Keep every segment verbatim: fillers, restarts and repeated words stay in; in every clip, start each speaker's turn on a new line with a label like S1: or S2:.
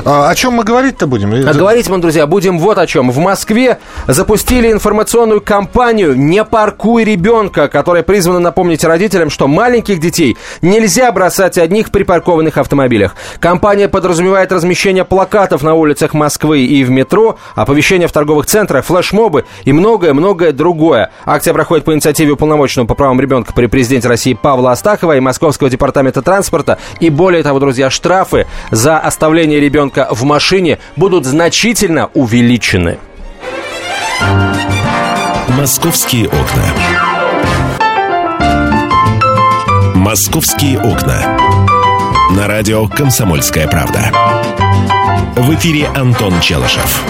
S1: А о чем мы говорить-то будем?
S2: А говорить мы, друзья, будем вот о чем. В Москве запустили информационную кампанию «Не паркуй ребенка», которая призвана напомнить родителям, что маленьких детей нельзя бросать одних в припаркованных автомобилях. Кампания подразумевает размещение плакатов на улицах Москвы и в метро, оповещения в торговых центрах, флешмобы и многое-многое другое. Акция проходит по инициативе уполномоченного по правам ребенка при президенте России Павла Астахова и Московского департамента транспорта. И более того, друзья, штрафы за оставление ребенка в машине будут значительно увеличены.
S3: Московские окна. Московские окна. На радио «Комсомольская правда». В эфире Антон Челышев.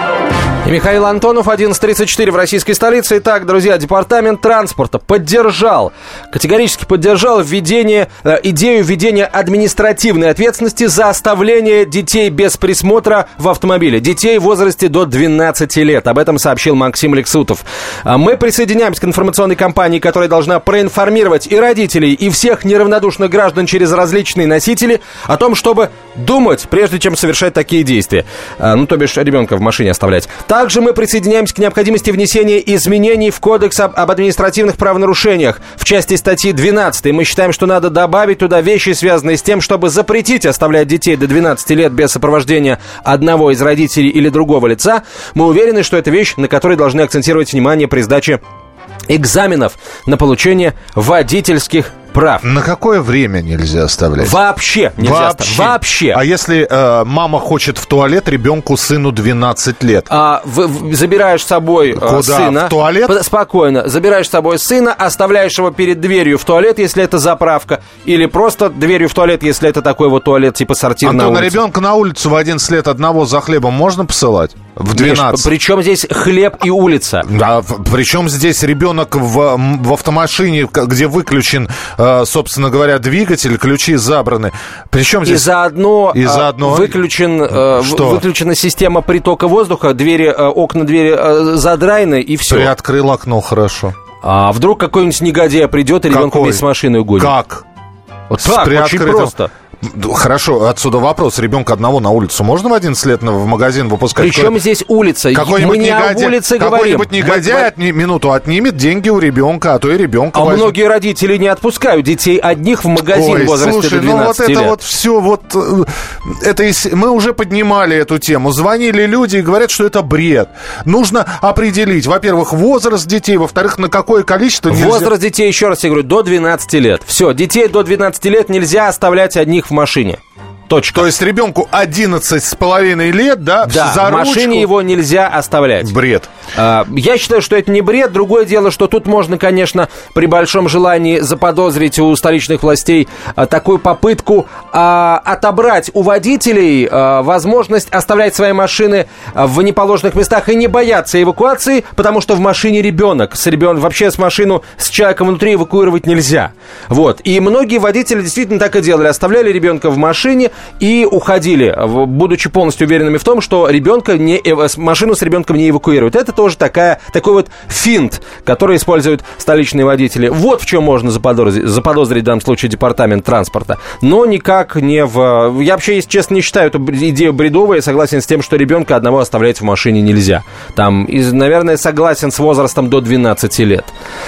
S2: И Михаил Антонов, одиннадцать тридцать четыре в российской столице. Итак, друзья, департамент транспорта поддержал, категорически поддержал введение, э, идею введения административной ответственности за оставление детей без присмотра в автомобиле. Детей в возрасте до двенадцати лет. Об этом сообщил Максим Лексутов. Мы присоединяемся к информационной кампании, которая должна проинформировать и родителей, и всех неравнодушных граждан через различные носители о том, чтобы думать, прежде чем совершать такие действия. Ну, то бишь, ребенка в машине оставлять. Также мы присоединяемся к необходимости внесения изменений в Кодекс об, об административных правонарушениях в части статьи двенадцать. Мы считаем, что надо добавить туда вещи, связанные с тем, чтобы запретить оставлять детей до двенадцати лет без сопровождения одного из родителей или другого лица. Мы уверены, что это вещь, на которой должны акцентировать внимание при сдаче экзаменов на получение водительских прав.
S1: На какое время нельзя оставлять?
S2: Вообще нельзя
S1: Вообще.
S2: оставлять. Вообще.
S1: А если э, мама хочет в туалет, ребенку, сыну двенадцать лет?
S2: А, в, в, забираешь с собой
S1: Куда?
S2: э, сына.
S1: В туалет?
S2: Под, спокойно. Забираешь с собой сына, оставляешь его перед дверью в туалет, если это заправка. Или просто дверью в туалет, если это такой вот туалет типа сортир на улице.
S1: Антон, ребенка на улицу в одиннадцать лет одного за хлебом можно посылать? В двенадцать.
S2: Миш, причем здесь хлеб и улица?
S1: Да, причем здесь ребенок в, в автомашине, где выключен, собственно говоря, двигатель, ключи забраны. Причем здесь...
S2: И заодно,
S1: и заодно...
S2: Выключен,
S1: Что?
S2: выключена система притока воздуха, двери, окна двери задраены, и все.
S1: Приоткрыл окно, хорошо.
S2: А вдруг какой-нибудь негодяй придет и ребенка вместе с машиной угонит?
S1: Как?
S2: Вот так, очень просто.
S1: Хорошо, отсюда вопрос. Ребенка одного на улицу можно в одиннадцать лет в магазин выпускать?
S2: Причем Какой... здесь улица? Мы не негодяй, об улице говорим.
S1: Какой-нибудь негодяй Мы... отни... минуту отнимет деньги у ребенка, а то и ребенка
S2: А
S1: возьмет.
S2: Многие родители не отпускают детей одних в магазин. Ой, в возрасте
S1: слушай,
S2: до двенадцати
S1: ну вот это
S2: лет.
S1: вот все, вот это из... мы уже поднимали эту тему. Звонили люди и говорят, что это бред. Нужно определить, во-первых, возраст детей, во-вторых, на какое количество нельзя...
S2: Возраст детей, еще раз я говорю, до двенадцати лет. Все, детей до двенадцати лет нельзя оставлять одних в машине. Точка.
S1: То есть ребенку одиннадцать с половиной лет, да,
S2: да
S1: за
S2: в машине
S1: ручку...
S2: его нельзя оставлять.
S1: Бред.
S2: А, я считаю, что это не бред. Другое дело, что тут можно, конечно, при большом желании заподозрить у столичных властей а, такую попытку а, отобрать у водителей а, возможность оставлять свои машины а, в неположенных местах и не бояться эвакуации, потому что в машине ребенок. С ребен... Вообще с машину с человеком внутри эвакуировать нельзя. Вот. И многие водители действительно так и делали. Оставляли ребенка в машине и уходили, будучи полностью уверенными в том, что ребенка не, машину с ребенком не эвакуируют. Это тоже такая, такой вот финт, который используют столичные водители. Вот в чем можно заподозрить, заподозрить в данном случае департамент транспорта. Но никак не в... Я вообще, если честно, не считаю эту идею бредовой. Я согласен с тем, что ребенка одного оставлять в машине нельзя. Там, и, наверное, согласен с возрастом до двенадцати лет.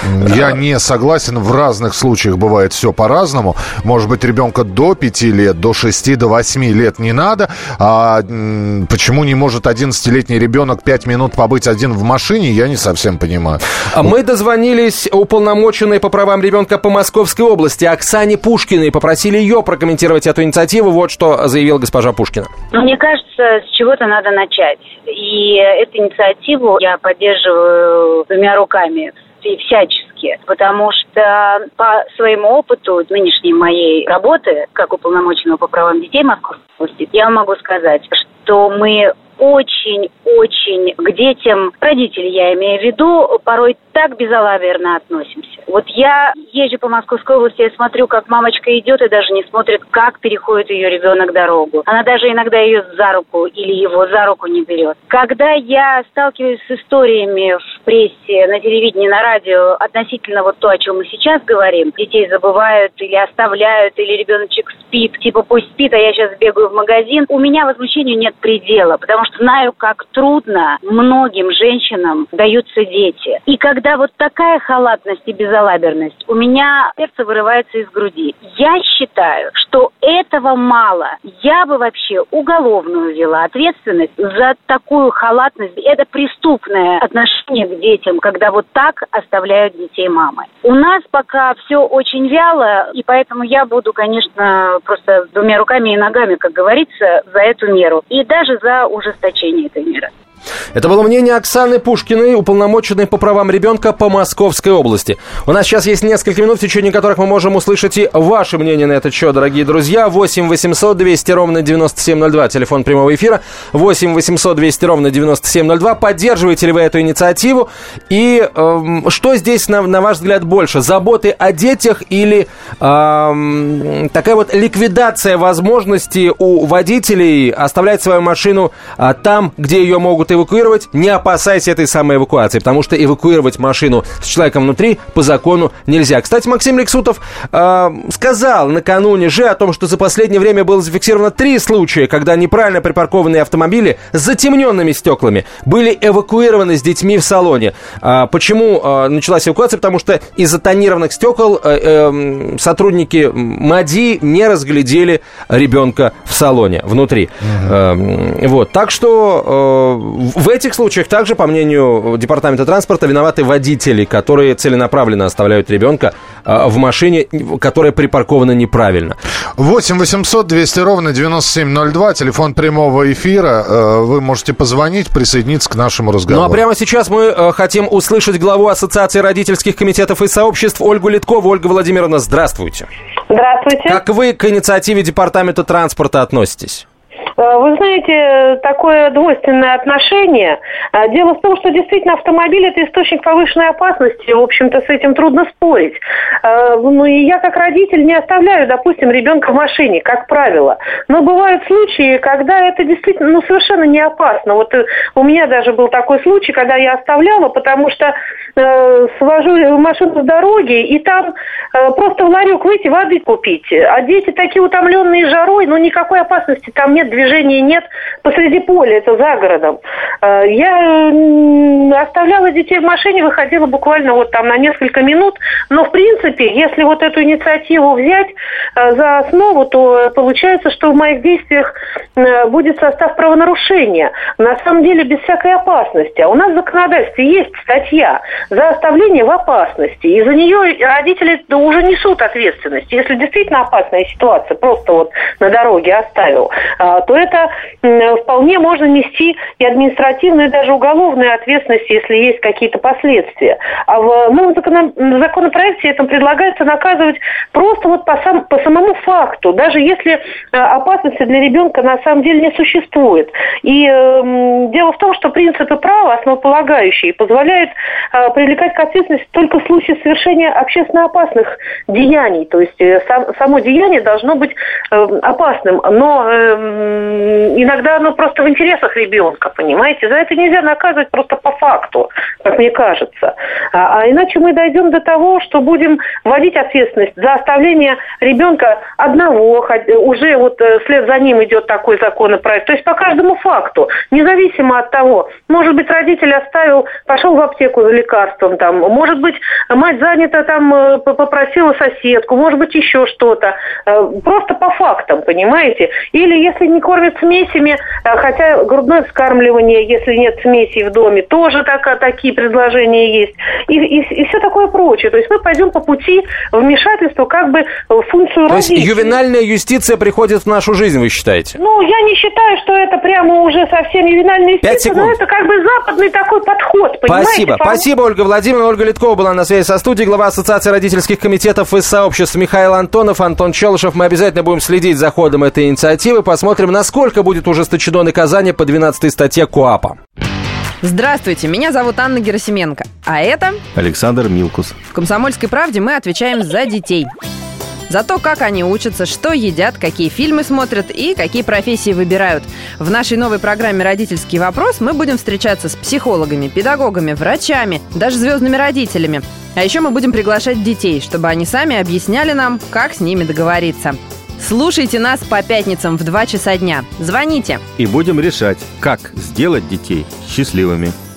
S1: Я не согласен. В разных случаях бывает все по-разному. Может быть, ребенка до пяти лет, до шести, до восьми лет не надо. А почему не может одиннадцатилетний ребенок пять минут побыть один в машине, я не совсем понимаю.
S2: Мы дозвонились уполномоченной по правам ребенка по Московской области Оксане Пушкиной. Попросили ее прокомментировать эту инициативу. Вот что заявила госпожа Пушкина.
S4: Мне кажется, с чего-то надо начать. И эту инициативу я поддерживаю двумя руками. И всячески, потому что по своему опыту нынешней моей работы, как уполномоченного по правам детей Московской области, я могу сказать, что мы очень-очень к детям, родители я имею в виду, порой так безалаберно относимся. Вот я езжу по Московской области, я смотрю, как мамочка идет и даже не смотрит, как переходит ее ребенок дорогу. Она даже иногда ее за руку или его за руку не берет. Когда я сталкиваюсь с историями в прессе, на телевидении, на радио относительно вот то, о чем мы сейчас говорим, детей забывают или оставляют, или ребеночек спит, типа пусть спит, а я сейчас бегаю в магазин, у меня возмущению нет предела, потому что знаю, как трудно многим женщинам даются дети. И когда вот такая халатность и безалаберность, у меня сердце вырывается из груди. Я считаю, что этого мало. Я бы вообще уголовную ввела ответственность за такую халатность. Это преступное отношение к детям, когда вот так оставляют детей мамы. У нас пока все очень вяло, и поэтому я буду, конечно, просто двумя руками и ногами, как говорится, за эту меру. И даже за ужесточение этой меры.
S2: Это было мнение Оксаны Пушкиной, уполномоченной по правам ребенка по Московской области. У нас сейчас есть несколько минут, в течение которых мы можем услышать и ваше мнение на этот счет, дорогие друзья. восемь восемьсот двести ровно девяносто семь ноль два, телефон прямого эфира. восемь восемьсот двести ровно девяносто семь ноль два. Поддерживаете ли вы эту инициативу? И э, что здесь, на, на ваш взгляд, больше? Заботы о детях или э, такая вот ликвидация возможности у водителей оставлять свою машину э, там, где ее могут эвакуировать, не опасаясь этой самой эвакуации, потому что эвакуировать машину с человеком внутри по закону нельзя. Кстати, Максим Лексутов э, сказал накануне же о том, что за последнее время было зафиксировано три случая, когда неправильно припаркованные автомобили с затемненными стеклами были эвакуированы с детьми в салоне. А почему э, началась эвакуация? Потому что из-за тонированных стекол э, э, сотрудники МАДИ не разглядели ребенка в салоне внутри. Mm-hmm. Э, вот. Так что э, в этих случаях также, по мнению Департамента транспорта, виноваты водители, которые целенаправленно оставляют ребенка в машине, которая припаркована неправильно.
S1: восемь восемьсот двести ровно девяносто семь ноль два, телефон прямого эфира. Вы можете позвонить, присоединиться к нашему разговору.
S2: Ну а прямо сейчас мы хотим услышать главу Ассоциации родительских комитетов и сообществ Ольгу Литкову. Ольга Владимировна, здравствуйте.
S5: Здравствуйте.
S2: Как вы к инициативе Департамента транспорта относитесь?
S5: Вы знаете, такое двойственное отношение. Дело в том, что действительно автомобиль – это источник повышенной опасности. В общем-то, с этим трудно спорить. Ну и я как родитель не оставляю, допустим, ребенка в машине, как правило. Но бывают случаи, когда это действительно ну, совершенно не опасно. Вот у меня даже был такой случай, когда я оставляла, потому что э, свожу машину с дороги, и там э, просто в ларек выйти, воды купить. А дети такие утомленные жарой, ну никакой опасности там нет, движения нет, посреди поля, это за городом. Я оставляла детей в машине, выходила буквально вот там на несколько минут, но в принципе, если вот эту инициативу взять за основу, то получается, что в моих действиях будет состав правонарушения. На самом деле без всякой опасности. А у нас в законодательстве есть статья за оставление в опасности, и за нее родители уже несут ответственность. Если действительно опасная ситуация, просто вот на дороге оставил, то это вполне можно нести и административную, и даже уголовную ответственность, если есть какие-то последствия. А в новом законопроекте это предлагается наказывать просто вот по, сам, по самому факту, даже если опасности для ребенка на самом деле не существует. И э, дело в том, что принципы права, основополагающие, позволяют э, привлекать к ответственности только в случае совершения общественно опасных деяний. То есть э, сам, само деяние должно быть э, опасным, но э, иногда оно просто в интересах ребенка, понимаете? За это нельзя наказывать просто по факту, как мне кажется. А, а иначе мы дойдем до того, что будем вводить ответственность за оставление ребенка одного, уже вот вслед за ним идет такой законопроект. То есть по каждому факту, независимо от того, может быть, родитель оставил, пошел в аптеку за лекарством, там, может быть, мать занята, там, попросила соседку, может быть, еще что-то. Просто по фактам, понимаете? Или если не кормят смесями, хотя грудное вскармливание, если нет смесей в доме, тоже так, такие предложения есть. И, и, и все такое прочее. То есть мы пойдем по пути вмешательства как бы в функцию родителей.
S2: То есть ювенальная юстиция приходит в нашу жизнь, вы считаете?
S5: Ну, я не считаю, что это прямо уже совсем ювенальная юстиция, но это как бы западный такой подход, понимаете?
S2: Спасибо. По... Спасибо, Ольга Владимировна. Ольга Литкова была на связи со студией, глава Ассоциации родительских комитетов и сообществ Михаил Антонов, Антон Челышев. Мы обязательно будем следить за ходом этой инициативы, посмотрим, насколько будет ужесточено наказание по двенадцатой статье КоАПа.
S6: Здравствуйте, меня зовут Анна Герасименко. А это
S7: Александр Милкус.
S6: В «Комсомольской правде» мы отвечаем за детей. За то, как они учатся, что едят, какие фильмы смотрят и какие профессии выбирают. В нашей новой программе «Родительский вопрос» мы будем встречаться с психологами, педагогами, врачами, даже звездными родителями. А еще мы будем приглашать детей, чтобы они сами объясняли нам, как с ними договориться. Слушайте нас по пятницам в два часа дня. Звоните.
S7: И будем решать, как сделать детей счастливыми.